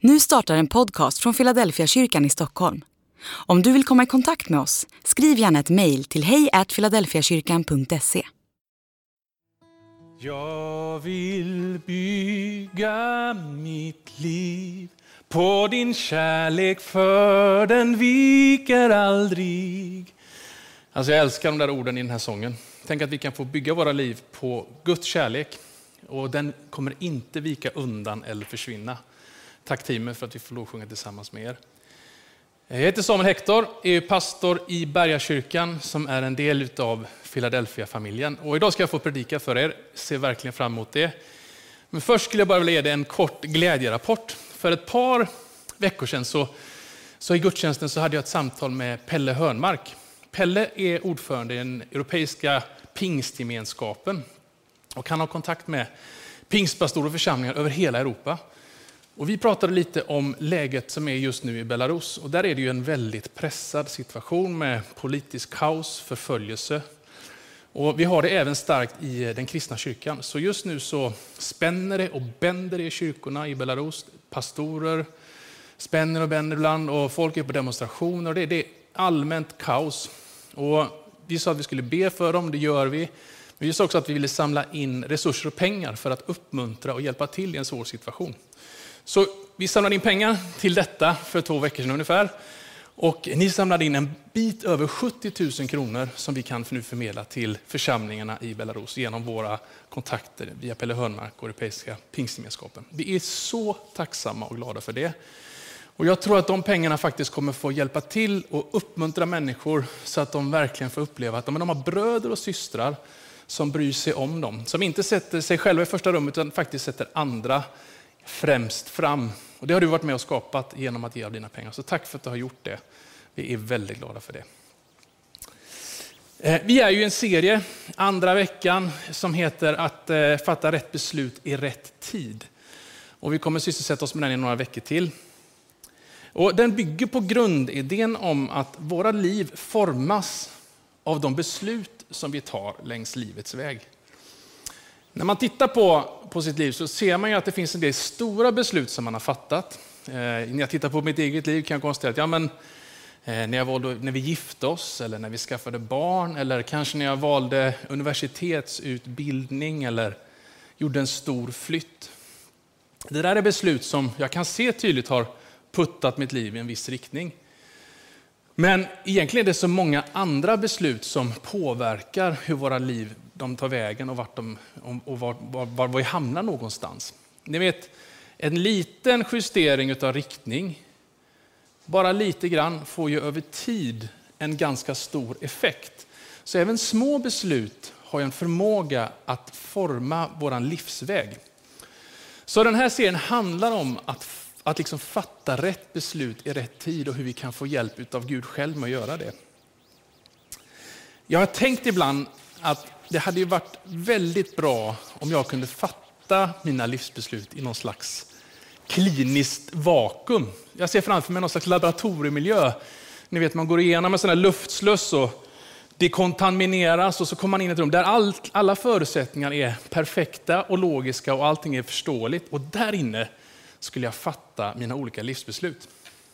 Nu startar en podcast från Philadelphia kyrkan i Stockholm. Om du vill komma i kontakt med oss, skriv gärna ett mejl till hej@philadelphiakyrkan.se. Jag vill bygga mitt liv på din kärlek, för den viker aldrig. Alltså jag älskar de där orden i den här sången. Tänk att vi kan få bygga våra liv på Guds kärlek. Och den kommer inte vika undan eller försvinna. Tack teamet för att vi får lovsjunga tillsammans med er. Jag heter Samuel Hector, är pastor i Bergakyrkan som är en del av Philadelphia-familjen. Och idag ska jag få predika för er, ser verkligen fram emot det. Men först skulle jag bara vilja ge dig en kort glädjerapport. För ett par veckor sedan så i gudstjänsten så hade jag ett samtal med Pelle Hörnmark. Pelle är ordförande i den europeiska pingstgemenskapen. Och han har kontakt med pingstpastorer och församlingar över hela Europa. Och vi pratade lite om läget som är just nu i Belarus. Och där är det ju en väldigt pressad situation med politisk kaos, förföljelse. Och vi har det även starkt i den kristna kyrkan. Så just nu så spänner det och bänder det i kyrkorna i Belarus. Pastorer spänner och bänder ibland och folk är på demonstrationer. Och det är allmänt kaos. Och vi sa att vi skulle be för dem, det gör vi. Men vi sa också att vi ville samla in resurser och pengar för att uppmuntra och hjälpa till i en svår situation. Så vi samlade in pengar till detta för 2 veckor sedan ungefär. Och ni samlade in en bit över 70 000 kronor som vi kan nu förmedla till församlingarna i Belarus genom våra kontakter via Pelle Hörnmark och Europeiska pingstgemenskapen. Vi är så tacksamma och glada för det. Och jag tror att de pengarna faktiskt kommer få hjälpa till och uppmuntra människor så att de verkligen får uppleva att de har bröder och systrar som bryr sig om dem. Som inte sätter sig själva i första rummet utan faktiskt sätter andra främst fram. Och det har du varit med och skapat genom att ge av dina pengar. Så tack för att du har gjort det. Vi är väldigt glada för det. Vi är ju i en serie, andra veckan, som heter att fatta rätt beslut i rätt tid. Och vi kommer sysselsätta oss med den i några veckor till. Och den bygger på grundidén om att våra liv formas av de beslut som vi tar längs livets väg. När man tittar på sitt liv så ser man ju att det finns en del stora beslut som man har fattat. När jag tittar på mitt eget liv kan jag konstatera att när vi gifte oss eller när vi skaffade barn eller kanske när jag valde universitetsutbildning eller gjorde en stor flytt. Det där är beslut som jag kan se tydligt har puttat mitt liv i en viss riktning. Men egentligen är det så många andra beslut som påverkar hur våra liv de tar vägen och var vi hamnar någonstans. Ni vet, en liten justering av riktning, bara lite grann, får ju över tid en ganska stor effekt. Så även små beslut har en förmåga att forma våran livsväg. Så den här serien handlar om att liksom fatta rätt beslut i rätt tid och hur vi kan få hjälp av Gud själv med att göra det. Jag har tänkt ibland att det hade ju varit väldigt bra om jag kunde fatta mina livsbeslut i någon slags kliniskt vakuum. Jag ser framför mig någon slags laboratoriemiljö. Ni vet, man går igenom en sån här luftsluss och det kontamineras och så kommer man in i ett rum där alla förutsättningar är perfekta och logiska och allting är förståeligt. Och där inne skulle jag fatta mina olika livsbeslut.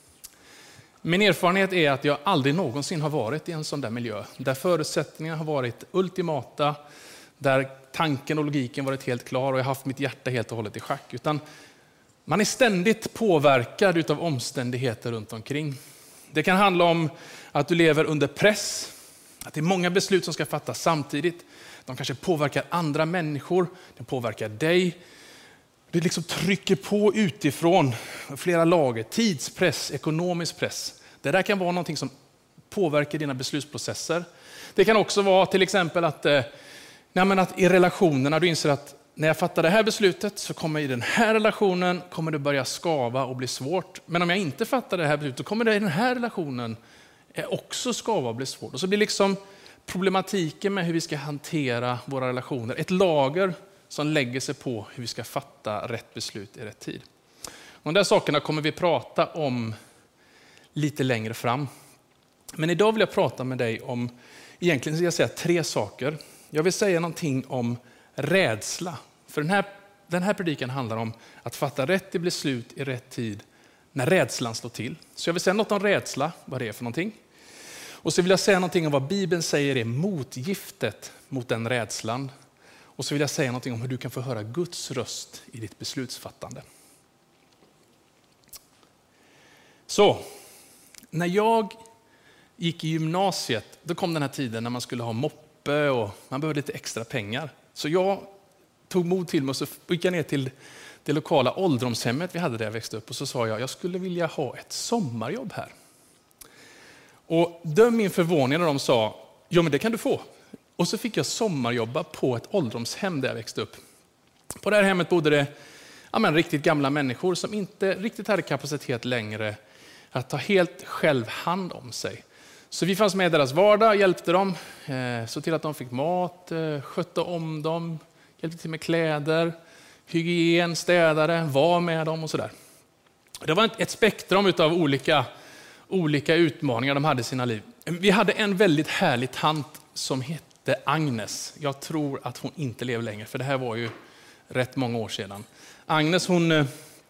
Min erfarenhet är att jag aldrig någonsin har varit i en sån där miljö. Där förutsättningarna har varit ultimata. Där tanken och logiken varit helt klar och jag har haft mitt hjärta helt och hållet i schack. Utan man är ständigt påverkad av omständigheter runt omkring. Det kan handla om att du lever under press. Att det är många beslut som ska fattas samtidigt. De kanske påverkar andra människor. De påverkar dig. Det liksom trycker på utifrån flera lager. Tidspress, ekonomisk press. Det där kan vara någonting som påverkar dina beslutsprocesser. Det kan också vara till exempel att i relationerna du inser att när jag fattar det här beslutet så kommer i den här relationen kommer det börja skava och bli svårt. Men om jag inte fattar det här beslutet så kommer det i den här relationen också skava och bli svårt. Och så blir liksom problematiken med hur vi ska hantera våra relationer ett lager som lägger sig på hur vi ska fatta rätt beslut i rätt tid. De där sakerna kommer vi prata om lite längre fram. Men idag vill jag prata med dig om, egentligen ska jag säga 3 saker. Jag vill säga någonting om rädsla. För den här predikan handlar om att fatta rätt beslut i rätt tid när rädslan slår till. Så jag vill säga något om rädsla, vad det är för någonting. Och så vill jag säga någonting om vad Bibeln säger är motgiftet mot den rädslan. Och så vill jag säga någonting om hur du kan få höra Guds röst i ditt beslutsfattande. Så, när jag gick i gymnasiet, då kom den här tiden när man skulle ha moppe och man behövde lite extra pengar. Så jag tog mod till mig och så gick jag ner till det lokala ålderdomshemmet vi hade där jag växte upp. Och så sa jag skulle vilja ha ett sommarjobb här. Och döm min förvåning när de sa, ja men det kan du få. Och så fick jag sommarjobba på ett ålderdomshem där jag växte upp. På det här hemmet bodde det riktigt gamla människor som inte riktigt hade kapacitet längre att ta helt själv hand om sig. Så vi fanns med i deras vardag, hjälpte dem, så till att de fick mat, skötte om dem, hjälpte till med kläder, hygien, städare, var med dem och sådär. Det var ett spektrum av olika utmaningar de hade i sina liv. Vi hade en väldigt härlig tant som hette Agnes. Jag tror att hon inte lever längre, för det här var ju rätt många år sedan. Agnes, hon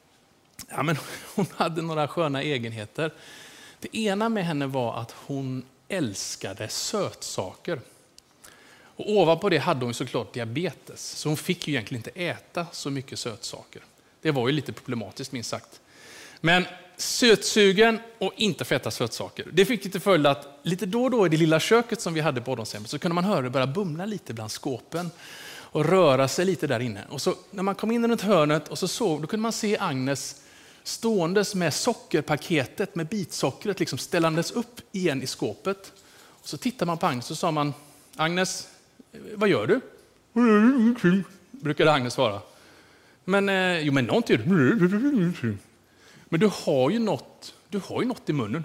hade några sköna egenheter. Det ena med henne var att hon älskade sötsaker. Och ovanpå det hade hon såklart diabetes. Så hon fick ju egentligen inte äta så mycket sötsaker. Det var ju lite problematiskt minst sagt. Men sötsugen och inte få äta sötsaker. Det fick till följd att lite då och då i det lilla köket som vi hade på ålderdomshemmet så kunde man höra det börja bumla lite bland skåpen och röra sig lite där inne. Och så när man kom in runt hörnet och så då kunde man se Agnes ståendes med sockerpaketet med bitsockret liksom ställandes upp igen i skåpet. Och så tittar man på Agnes och sa man, Agnes, vad gör du? Ingenting, brukade Agnes svara. Men någonting gör du. Men du har ju något i munnen.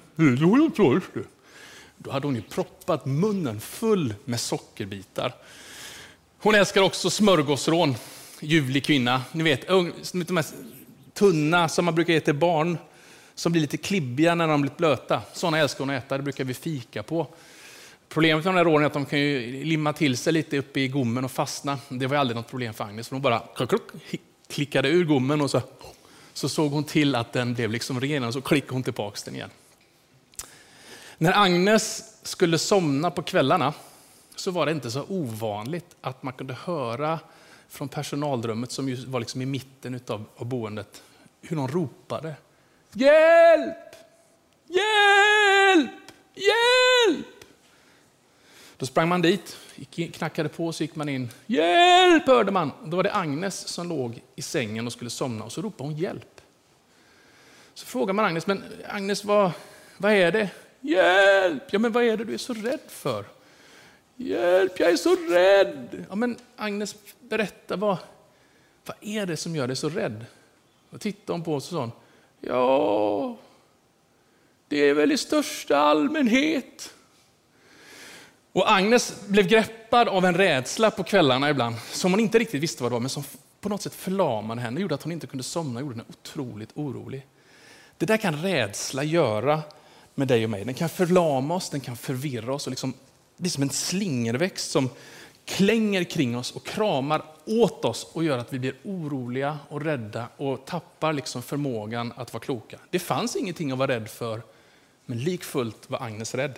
Då hade hon ju proppat munnen full med sockerbitar. Hon älskar också smörgåsrån, ljuvlig kvinna. Ni vet, de här tunna som man brukar ge till barn som blir lite klibbiga när de blir blöta. Sådana älskar hon att äta, det brukar vi fika på. Problemet med de här rånen är att de kan ju limma till sig lite uppe i gommen och fastna. Det var aldrig något problem för Agnes, för hon bara klickade ur gommen och så såg hon till att den blev liksom ren och så klickade hon tillbaka den igen. När Agnes skulle somna på kvällarna så var det inte så ovanligt att man kunde höra från personalrummet som ju var liksom i mitten av boendet hur de ropade. Hjälp! Hjälp! Hjälp! Då sprang man dit, knackade på och så gick man in. Hjälp, hörde man. Då var det Agnes som låg i sängen och skulle somna och så ropade hon hjälp. Så frågar man Agnes, men Agnes, vad är det? Hjälp! Ja, men vad är det du är så rädd för? Hjälp, jag är så rädd. Ja, men Agnes, berätta, vad är det som gör dig så rädd? Och tittade hon på oss och sa, ja, det är väl i största allmänhet. Och Agnes blev greppad av en rädsla på kvällarna ibland, som hon inte riktigt visste vad det var, men som på något sätt förlamade henne, gjorde att hon inte kunde somna, gjorde henne otroligt orolig. Det där kan rädsla göra med dig och mig. Den kan förlama oss, den kan förvirra oss och liksom bli som en slingerväxt som klänger kring oss och kramar åt oss och gör att vi blir oroliga och rädda och tappar liksom förmågan att vara kloka. Det fanns ingenting att vara rädd för, men likfullt var Agnes rädd.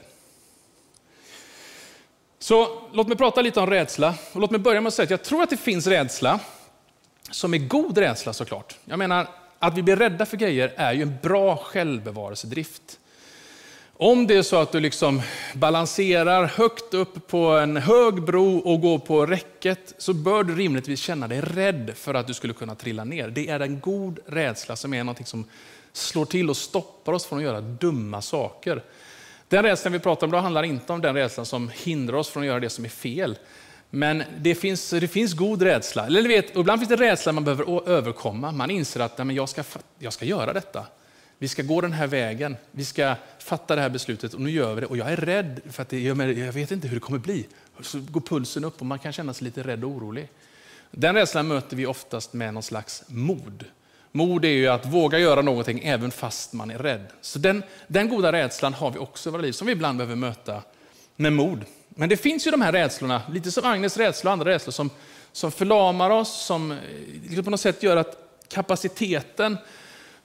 Så låt mig prata lite om rädsla. Och låt mig börja med att säga att jag tror att det finns rädsla som är god rädsla såklart. Jag menar att vi blir rädda för grejer är ju en bra självbevarelsedrift. Om det är så att du liksom balanserar högt upp på en hög bro och går på räcket så bör du rimligtvis känna dig rädd för att du skulle kunna trilla ner. Det är en god rädsla som är något som slår till och stoppar oss från att göra dumma saker. Den rädslan vi pratar om då handlar inte om den rädslan som hindrar oss från att göra det som är fel. Men det finns god rädsla. Eller du vet, ibland finns det rädsla man behöver överkomma. Man inser att nej, men jag ska göra detta. Vi ska gå den här vägen. Vi ska fatta det här beslutet och nu gör vi det. Och jag är rädd för att jag vet inte hur det kommer bli. Så går pulsen upp och man kan känna sig lite rädd och orolig. Den rädslan möter vi oftast med någon slags mod. Mod är ju att våga göra någonting även fast man är rädd. Så den goda rädslan har vi också i våra liv som vi ibland behöver möta med mod. Men det finns ju de här rädslorna, lite som Agnes rädsla och andra rädslor som förlamar oss, som på något sätt gör att kapaciteten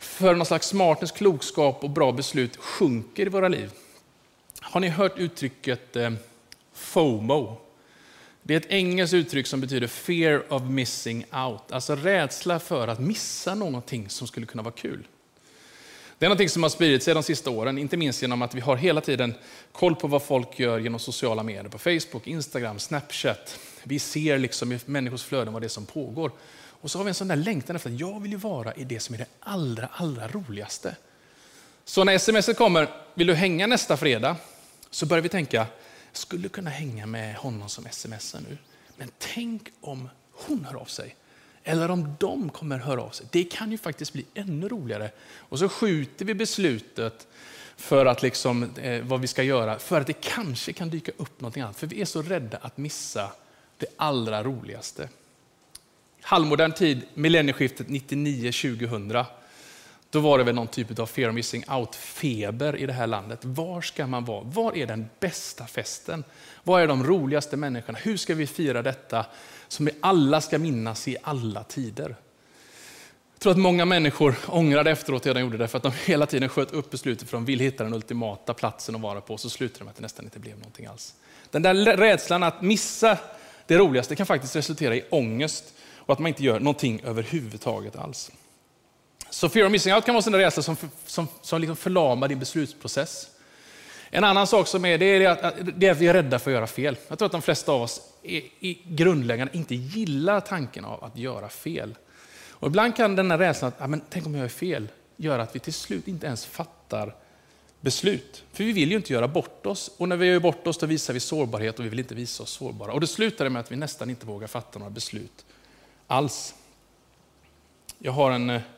för någon slags smartness, klokskap och bra beslut sjunker i våra liv. Har ni hört uttrycket FOMO? Det är ett engelskt uttryck som betyder fear of missing out. Alltså rädsla för att missa någonting som skulle kunna vara kul. Det är någonting som har spridit sig de sista åren, inte minst genom att vi har hela tiden koll på vad folk gör genom sociala medier. På Facebook, Instagram, Snapchat. Vi ser liksom i människors flöden vad det är som pågår. Och så har vi en sån där längtan efter att jag vill ju vara i det som är det allra roligaste. Så när sms:et kommer, vill du hänga nästa fredag? Så börjar vi tänka, jag skulle kunna hänga med honom som smsar nu. Men tänk om hon hör av sig. Eller om de kommer höra av sig. Det kan ju faktiskt bli ännu roligare. Och så skjuter vi beslutet för att liksom, vad vi ska göra. För att det kanske kan dyka upp något annat. För vi är så rädda att missa det allra roligaste. Halvmodern tid, millennieskiftet 99-2000. Då var det väl någon typ av fear of missing out-feber i det här landet. Var ska man vara? Var är den bästa festen? Var är de roligaste människorna? Hur ska vi fira detta som vi alla ska minnas i alla tider? Jag tror att många människor ångrade efteråt det de gjorde det för att de hela tiden sköt upp beslutet för att de ville hitta den ultimata platsen att vara på. Så slutade de med att det nästan inte blev någonting alls. Den där rädslan att missa det roligaste kan faktiskt resultera i ångest och att man inte gör någonting överhuvudtaget alls. Så fear of missing out kan vara en rädsla som liksom förlamar din beslutsprocess. En annan sak som är, det är att vi är rädda för att göra fel. Jag tror att de flesta av oss i grundläggande inte gillar tanken av att göra fel. Och ibland kan den här rädslan att tänk om jag gör fel göra att vi till slut inte ens fattar beslut. För vi vill ju inte göra bort oss. Och när vi gör bort oss då visar vi sårbarhet och vi vill inte visa oss sårbara. Och det slutar med att vi nästan inte vågar fatta några beslut alls. Jag har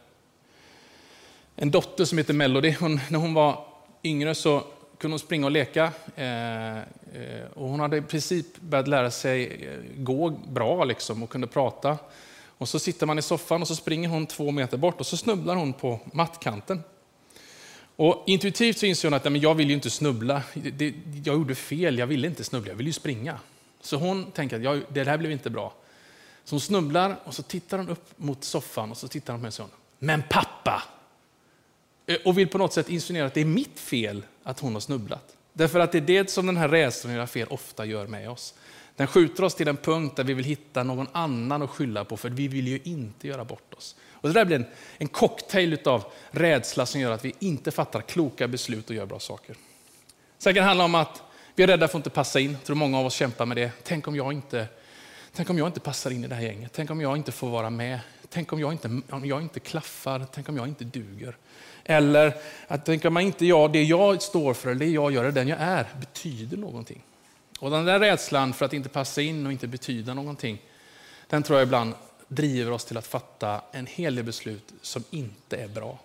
en dotter som heter Melody. När hon var yngre så kunde hon springa och leka. Och hon hade i princip börjat lära sig gå bra liksom, och kunde prata. Och så sitter man i soffan och så springer hon 2 meter bort och så snubblar hon på mattkanten. Och intuitivt så inser hon att jag vill ju inte snubbla. Jag gjorde fel, jag ville inte snubbla, jag vill ju springa. Så hon tänker att det här blev inte bra. Så hon snubblar och så tittar hon upp mot soffan och så tittar hon på mig och säger, men pappa! Och vill på något sätt insinuera att det är mitt fel att hon har snubblat. Därför att det är det som den här rädslan att göra fel ofta gör med oss. Den skjuter oss till en punkt där vi vill hitta någon annan att skylla på, för vi vill ju inte göra bort oss. Och det där blir en cocktail av rädsla som gör att vi inte fattar kloka beslut och gör bra saker. Sen kan det handla om att vi är rädda för att inte passa in. Jag tror många av oss kämpar med det. Tänk om jag inte passar in i det här gänget. Tänk om jag inte får vara med. Tänk om jag inte klaffar. Tänk om jag inte duger. Eller att tänk om inte det jag står för, eller det jag gör, den jag är, betyder någonting. Och den där rädslan för att inte passa in och inte betyda någonting, den tror jag ibland driver oss till att fatta en hel del beslut som inte är bra.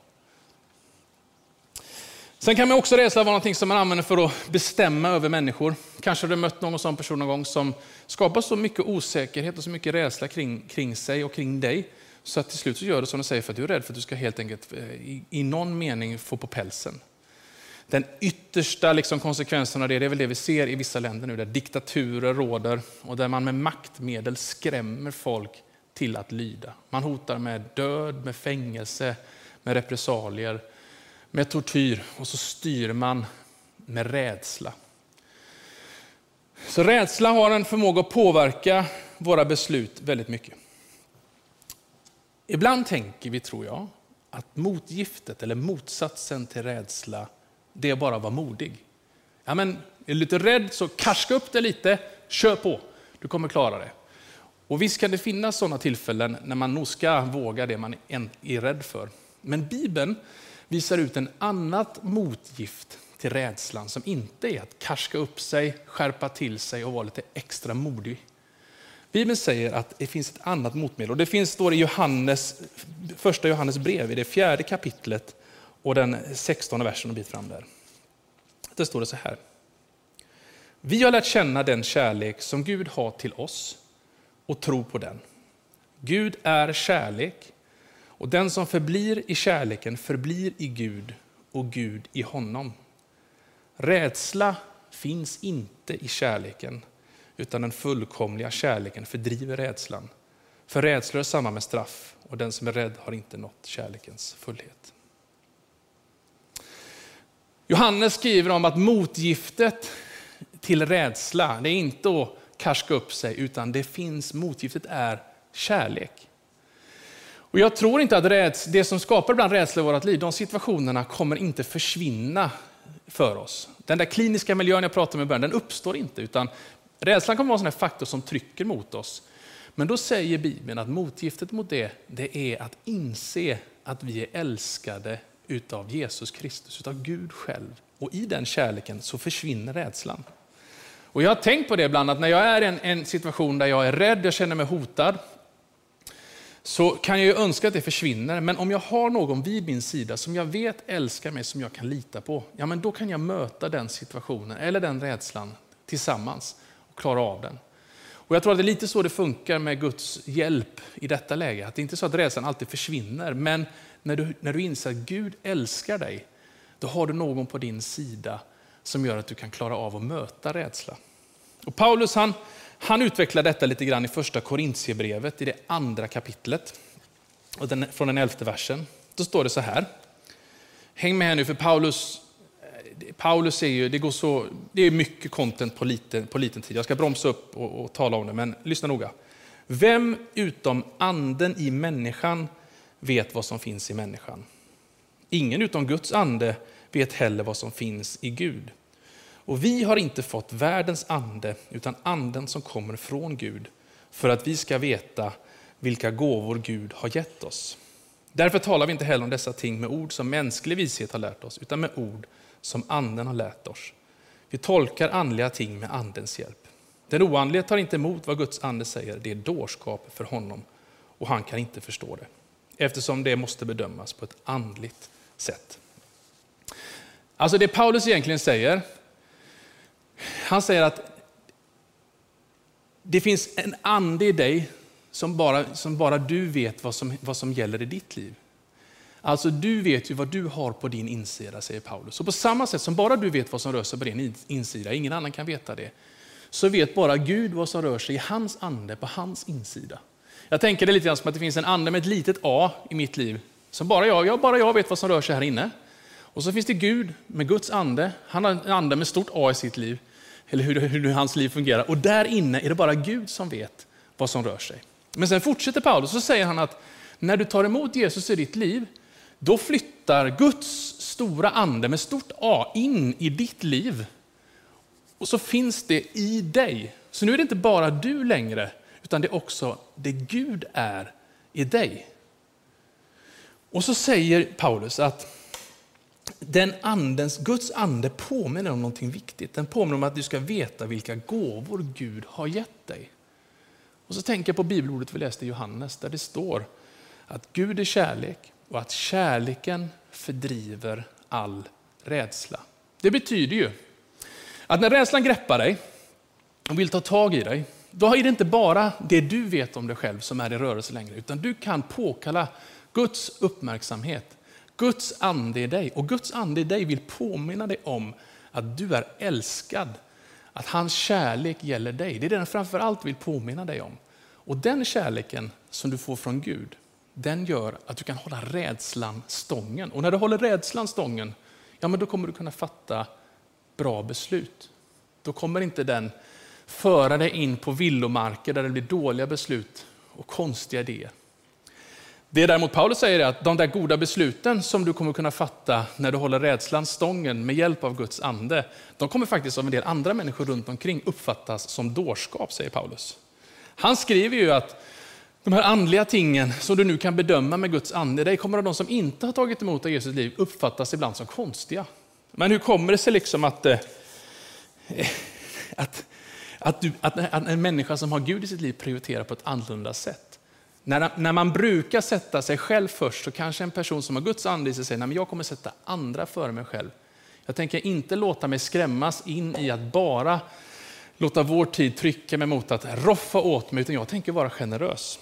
Sen kan man också rädsla vara någonting som man använder för att bestämma över människor. Kanske har du mött någon sån person någon gång som skapar så mycket osäkerhet och så mycket rädsla kring sig och kring dig. Så att till slut så gör du som du säger för att du är rädd för att du ska helt enkelt i någon mening få på pälsen. Den yttersta konsekvensen av det är väl det vi ser i vissa länder nu där diktaturer råder och där man med maktmedel skrämmer folk till att lyda. Man hotar med död, med fängelse, med repressalier, med tortyr och så styr man med rädsla. Så rädsla har en förmåga att påverka våra beslut väldigt mycket. Ibland tänker vi, tror jag, att motgiftet eller motsatsen till rädsla, det är bara att vara modig. Ja, men är du lite rädd så karska upp det lite, kör på, du kommer klara det. Och visst kan det finnas sådana tillfällen när man nog ska våga det man är rädd för. Men Bibeln visar ut en annat motgift till rädslan som inte är att karska upp sig, skärpa till sig och vara lite extra modig. Bibeln säger att det finns ett annat motmedel. Och det står i första Johannes brev i det 4:e kapitlet och den 16:e versen och bit fram där. Det står det så här. Vi har lärt känna den kärlek som Gud har till oss och tro på den. Gud är kärlek och den som förblir i kärleken förblir i Gud och Gud i honom. Rädsla finns inte i kärleken, utan den fullkomliga kärleken fördriver rädslan. För rädsla är samma med straff och den som är rädd har inte nått kärlekens fullhet. Johannes skriver om att motgiftet till rädsla, det är inte att karska upp sig, utan motgiftet är kärlek. Och jag tror inte att det som skapar ibland rädsla i vårt liv, de situationerna kommer inte försvinna för oss. Den där kliniska miljön jag pratade om i början, den uppstår inte, utan rädslan kommer vara en sån här faktor som trycker mot oss. Men då säger Bibeln att motgiftet mot det är att inse att vi är älskade utav Jesus Kristus, utav Gud själv. Och i den kärleken så försvinner rädslan. Och jag har tänkt på det ibland, att när jag är i en situation där jag är rädd, jag känner mig hotad, så kan jag ju önska att det försvinner. Men om jag har någon vid min sida som jag vet älskar mig, som jag kan lita på, ja men då kan jag möta den situationen eller den rädslan tillsammans och klara av den. Och jag tror att det är lite så det funkar med Guds hjälp i detta läge. Att det är inte så att rädslan alltid försvinner, men när du inser att Gud älskar dig, då har du någon på din sida som gör att du kan klara av att möta rädsla. Och Paulus han utvecklar detta lite grann i första Korintierbrevet i det 2:a kapitlet. Och från den 11:e versen. Då står det så här. Häng med nu, för Paulus är ju, det är mycket content på liten tid. Jag ska bromsa upp och tala om det, men lyssna noga. Vem utom anden i människan vet vad som finns i människan? Ingen utom Guds ande vet heller vad som finns i Gud. Och vi har inte fått världens ande, utan anden som kommer från Gud, för att vi ska veta vilka gåvor Gud har gett oss. Därför talar vi inte heller om dessa ting med ord som mänsklig vishet har lärt oss, utan med ord som anden har lärt oss. Vi tolkar andliga ting med andens hjälp. Den oandliga tar inte emot vad Guds ande säger, det är dårskap för honom, och han kan inte förstå det, eftersom det måste bedömas på ett andligt sätt. Alltså det Paulus egentligen säger, han säger att det finns en ande i dig som bara du vet vad som gäller i ditt liv. Alltså du vet ju vad du har på din insida, säger Paulus. Och på samma sätt som bara du vet vad som rör sig på din insida, ingen annan kan veta det, så vet bara Gud vad som rör sig i hans ande på hans insida. Jag tänker det lite grann som att det finns en ande med ett litet A i mitt liv, som bara jag vet vad som rör sig här inne. Och så finns det Gud med Guds ande, han har en ande med stort A i sitt liv, eller hur hans liv fungerar. Och där inne är det bara Gud som vet vad som rör sig. Men sen fortsätter Paulus, så säger han att när du tar emot Jesus i ditt liv, då flyttar Guds stora ande med stort A in i ditt liv. Och så finns det i dig. Så nu är det inte bara du längre, utan det är också det Gud är i dig. Och så säger Paulus att Guds ande påminner om någonting viktigt. Den påminner om att du ska veta vilka gåvor Gud har gett dig. Och så tänker jag på bibelordet vi läste i Johannes, där det står att Gud är kärlek och att kärleken fördriver all rädsla. Det betyder ju att när rädslan greppar dig och vill ta tag i dig, då är det inte bara det du vet om dig själv som är i rörelse längre, utan du kan påkalla Guds uppmärksamhet, Guds ande i dig. Och Guds ande i dig vill påminna dig om att du är älskad, att hans kärlek gäller dig. Det är det den framförallt vill påminna dig om. Och den kärleken som du får från Gud, den gör att du kan hålla rädslan stången. Och när du håller rädslan stången, ja men då kommer du kunna fatta bra beslut. Då kommer inte den föra dig in på villomarker där det blir dåliga beslut och konstiga idéer. Det däremot Paulus säger är att de där goda besluten som du kommer kunna fatta när du håller rädslan stången med hjälp av Guds ande, de kommer faktiskt av en del andra människor runt omkring uppfattas som dårskap, säger Paulus. Han skriver ju att de här andliga tingen som du nu kan bedöma med Guds ande, det kommer av de som inte har tagit emot av Jesus liv uppfattas ibland som konstiga. Men hur kommer det sig liksom att en människa som har Gud i sitt liv prioriterar på ett annorlunda sätt? När man brukar sätta sig själv först, så kanske en person som har Guds ande i sig säger, nej men jag kommer sätta andra före mig själv. Jag tänker inte låta mig skrämmas in i att bara låta vår tid trycka mig mot att roffa åt mig, utan jag tänker vara generös.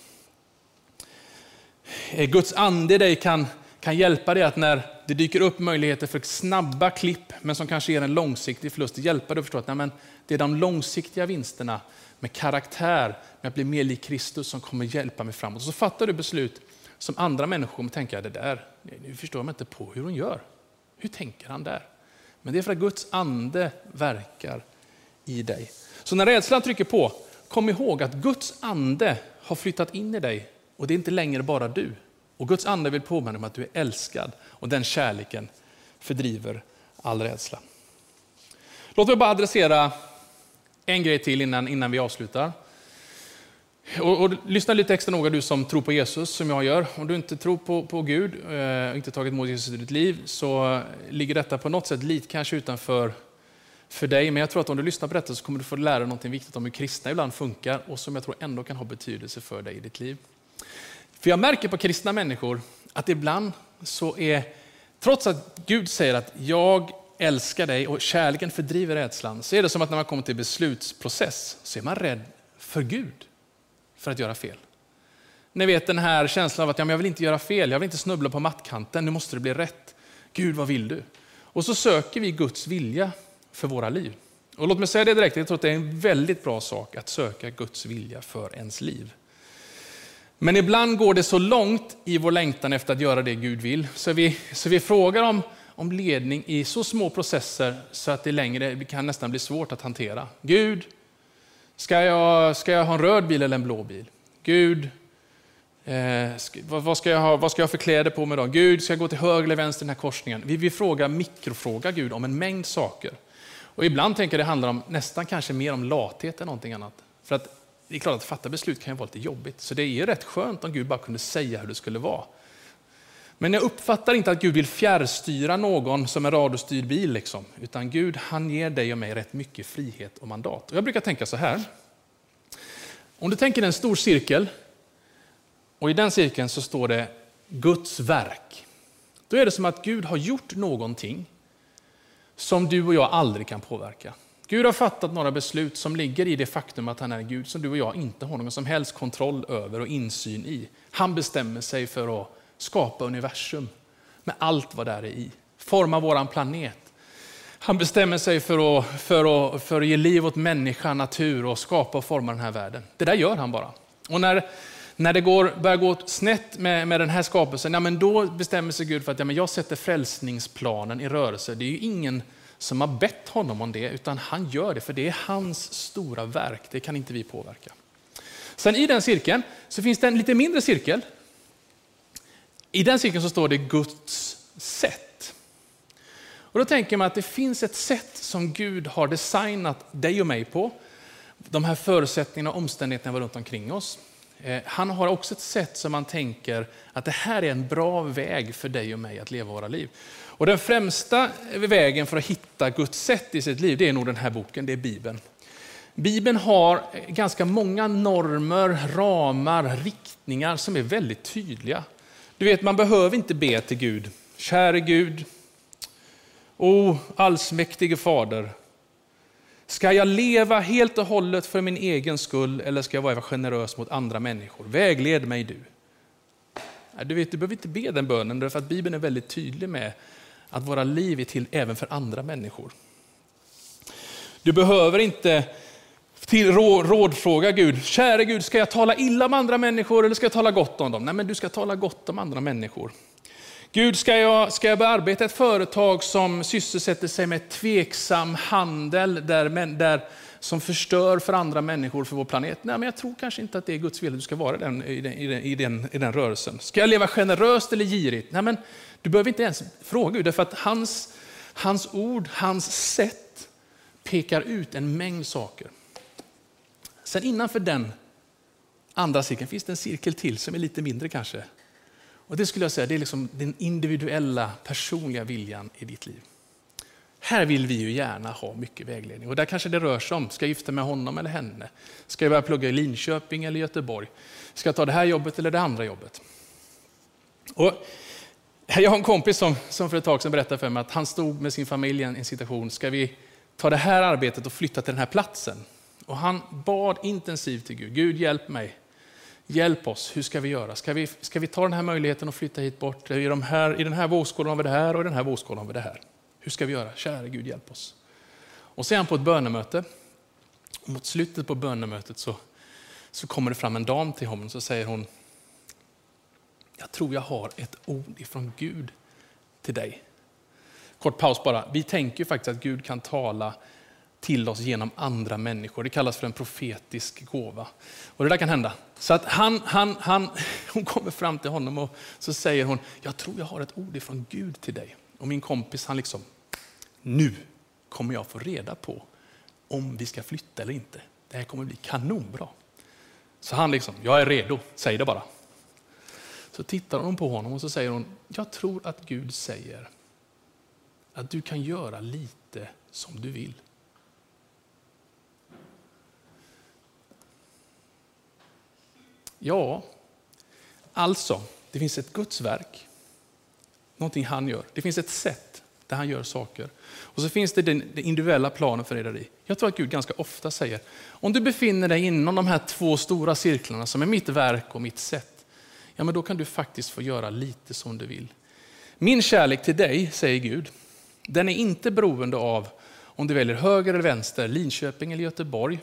Guds ande i dig kan hjälpa dig att när det dyker upp möjligheter för snabba klipp, men som kanske ger en långsiktig förlust, hjälpa dig att förstå att nej, men det är de långsiktiga vinsterna med karaktär, med att bli mer lik Kristus, som kommer hjälpa mig framåt. Och så fattar du beslut som andra människor kommer tänka, det där, nu förstår man inte på hur hon gör. Hur tänker han där? Men det är för att Guds ande verkar i dig. Så när rädslan trycker på, kom ihåg att Guds ande har flyttat in i dig. Och det är inte längre bara du. Och Guds ande vill påminna om att du är älskad. Och den kärleken fördriver all rädsla. Låt mig bara adressera en grej till innan vi avslutar. Och lyssna lite extra noga du som tror på Jesus som jag gör. Om du inte tror på Gud och inte tagit emot Jesus i ditt liv så ligger detta på något sätt lite kanske utanför för dig. Men jag tror att om du lyssnar på detta så kommer du få lära dig något viktigt om hur kristna ibland funkar och som jag tror ändå kan ha betydelse för dig i ditt liv. För jag märker på kristna människor att ibland så är, trots att Gud säger att jag älskar dig och kärleken fördriver rädslan, så är det som att när man kommer till beslutsprocess så är man rädd för Gud för att göra fel. Ni vet den här känslan av att jag vill inte göra fel, jag vill inte snubbla på mattkanten, nu måste det bli rätt. Gud, vad vill du? Och så söker vi Guds vilja för våra liv. Och låt mig säga det direkt, jag tror att det är en väldigt bra sak att söka Guds vilja för ens liv. Men ibland går det så långt i vår längtan efter att göra det Gud vill, så vi frågar om ledning i så små processer så att det längre kan nästan bli svårt att hantera. Gud, ska jag ha en röd bil eller en blå bil? Gud, vad ska jag ha för kläder på mig då? Gud, ska jag gå till höger eller vänster i den här korsningen? Vi mikrofrågar Gud om en mängd saker. Och ibland tänker jag det handlar om nästan kanske mer om lathet än någonting annat. För att det är klart att fatta beslut kan ju vara lite jobbigt. Så det är ju rätt skönt om Gud bara kunde säga hur det skulle vara. Men jag uppfattar inte att Gud vill fjärrstyra någon som en radiostyrd bil. Liksom. Utan Gud, han ger dig och mig rätt mycket frihet och mandat. Och jag brukar tänka så här. Om du tänker en stor cirkel och i den cirkeln så står det Guds verk. Då är det som att Gud har gjort någonting som du och jag aldrig kan påverka. Gud har fattat några beslut som ligger i det faktum att han är Gud som du och jag inte har någon som helst kontroll över och insyn i. Han bestämmer sig för att skapa universum med allt vad där är i. Forma våran planet. Han bestämmer sig för att ge liv åt människa, natur och skapa och forma den här världen. Det där gör han bara. Och när det börjar gå snett med den här skapelsen, men då bestämmer sig Gud för att jag sätter frälsningsplanen i rörelse. Det är ju ingen som har bett honom om det, utan han gör det för det är hans stora verk. Det kan inte vi påverka. Sen i den cirkeln så finns det en lite mindre cirkel. I den cirkeln så står det Guds sätt. Och då tänker man att det finns ett sätt som Gud har designat dig och mig på. De här förutsättningarna och omständigheterna var runt omkring oss. Han har också ett sätt som man tänker att det här är en bra väg för dig och mig att leva våra liv. Och den främsta vägen för att hitta Guds sätt i sitt liv, det är nog den här boken, det är Bibeln. Bibeln har ganska många normer, ramar, riktningar som är väldigt tydliga. Du vet, man behöver inte be till Gud. Käre Gud, allsmäktige Fader, ska jag leva helt och hållet för min egen skull eller ska jag vara generös mot andra människor? Vägled mig du. Du vet, du behöver inte be den bönen därför att Bibeln är väldigt tydlig med att våra liv är till även för andra människor. Du behöver inte rådfråga Gud. Käre Gud, ska jag tala illa om andra människor eller ska jag tala gott om dem? Nej, men du ska tala gott om andra människor. Gud, ska jag börja arbeta ett företag som sysselsätter sig med tveksam handel som förstör för andra människor för vår planet? Nej, men jag tror kanske inte att det är Guds vilja att du ska vara i den rörelsen. Ska jag leva generöst eller girigt? Nej, men du behöver inte ens fråga Gud, därför att hans ord, hans sätt pekar ut en mängd saker. Sen innanför den andra cirkeln finns det en cirkel till som är lite mindre kanske. Och det skulle jag säga, det är liksom den individuella, personliga viljan i ditt liv. Här vill vi ju gärna ha mycket vägledning. Och där kanske det rör sig om, ska jag gifta med honom eller henne? Ska jag börja plugga i Linköping eller Göteborg? Ska jag ta det här jobbet eller det andra jobbet? Och jag har en kompis som för ett tag sedan berättade för mig att han stod med sin familj i en situation. Ska vi ta det här arbetet och flytta till den här platsen? Och han bad intensivt till Gud. Gud, hjälp mig. Hjälp oss, hur ska vi göra? Ska vi ta den här möjligheten och flytta hit bort? I den här vågskålen har vi det här och i den här vågskålen har vi det här. Hur ska vi göra? Kära Gud, hjälp oss. Och så är han på ett bönemöte. Och mot slutet på bönemötet så kommer det fram en dam till honom och så säger hon: jag tror jag har ett ord ifrån Gud till dig. Kort paus bara. Vi tänker ju faktiskt att Gud kan tala till oss genom andra människor. Det kallas för en profetisk gåva. Och det där kan hända. Så att hon kommer fram till honom och så säger hon, jag tror jag har ett ord ifrån Gud till dig. Och min kompis han liksom, nu kommer jag få reda på om vi ska flytta eller inte. Det här kommer bli kanonbra. Så han liksom, jag är redo, säg det bara. Så tittar hon på honom och så säger hon, jag tror att Gud säger att du kan göra lite som du vill. Ja, alltså, det finns ett Guds verk. Någonting han gör. Det finns ett sätt där han gör saker. Och så finns det den individuella planen för er. Jag tror att Gud ganska ofta säger, om du befinner dig inom de här 2 stora cirklarna som är mitt verk och mitt sätt, ja men då kan du faktiskt få göra lite som du vill. Min kärlek till dig, säger Gud, den är inte beroende av om du väljer höger eller vänster, Linköping eller Göteborg,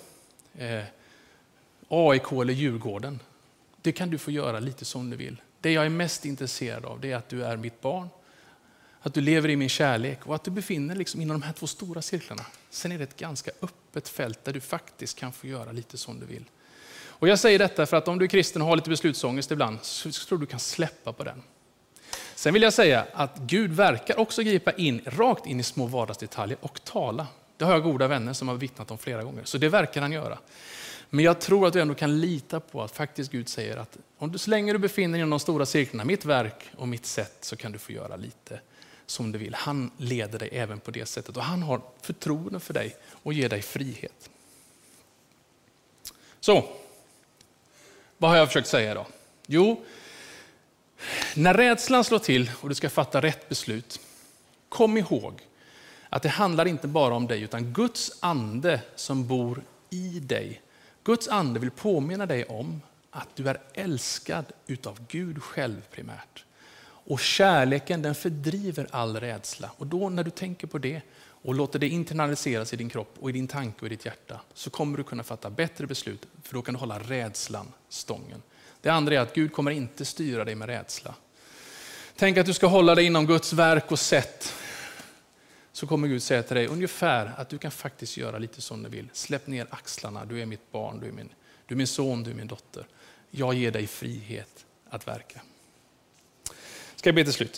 AIK eller Djurgården. Det kan du få göra lite som du vill. Det jag är mest intresserad av det är att du är mitt barn. Att du lever i min kärlek och att du befinner liksom inom de här 2 stora cirklarna. Sen är det ett ganska öppet fält där du faktiskt kan få göra lite som du vill. Och jag säger detta för att om du är kristen och har lite beslutsångest ibland så tror du kan släppa på den. Sen vill jag säga att Gud verkar också gripa in rakt in i små vardagsdetaljer och tala. Det har jag goda vänner som har vittnat om flera gånger. Så det verkar han göra. Men jag tror att du ändå kan lita på att faktiskt Gud säger att om du så länge du befinner dig inom de stora cirklarna, mitt verk och mitt sätt, så kan du få göra lite som du vill. Han leder dig även på det sättet och han har förtroende för dig och ger dig frihet. Så, vad har jag försökt säga idag? Jo, när rädslan slår till och du ska fatta rätt beslut, kom ihåg att det handlar inte bara om dig utan Guds ande som bor i dig. Guds ande vill påminna dig om att du är älskad utav Gud själv primärt. Och kärleken den fördriver all rädsla. Och då när du tänker på det och låter det internaliseras i din kropp och i din tanke och i ditt hjärta så kommer du kunna fatta bättre beslut för då kan du hålla rädslan stången. Det andra är att Gud kommer inte styra dig med rädsla. Tänk att du ska hålla dig inom Guds verk och sätt. Så kommer Gud säga till dig ungefär att du kan faktiskt göra lite som du vill. Släpp ner axlarna, du är mitt barn, du är min son, du är min dotter. Jag ger dig frihet att verka. Ska jag be till slut.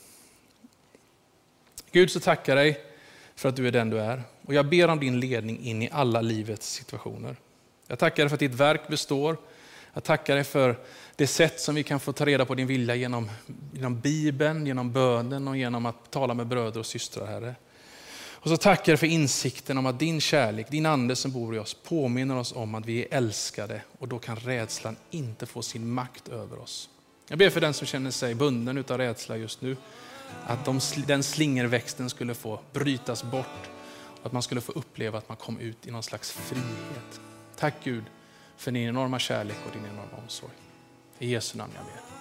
Gud, så tackar dig för att du är den du är. Och jag ber om din ledning in i alla livets situationer. Jag tackar dig för att ditt verk består. Jag tackar dig för det sätt som vi kan få ta reda på din vilja genom Bibeln, genom bönen och genom att tala med bröder och systrar, Herre. Och så tackar jag för insikten om att din kärlek, din ande som bor i oss påminner oss om att vi är älskade och då kan rädslan inte få sin makt över oss. Jag ber för den som känner sig bunden utav rädsla just nu att den slingerväxten skulle få brytas bort och att man skulle få uppleva att man kom ut i någon slags frihet. Tack Gud för din enorma kärlek och din enorma omsorg. I Jesu namn jag ber.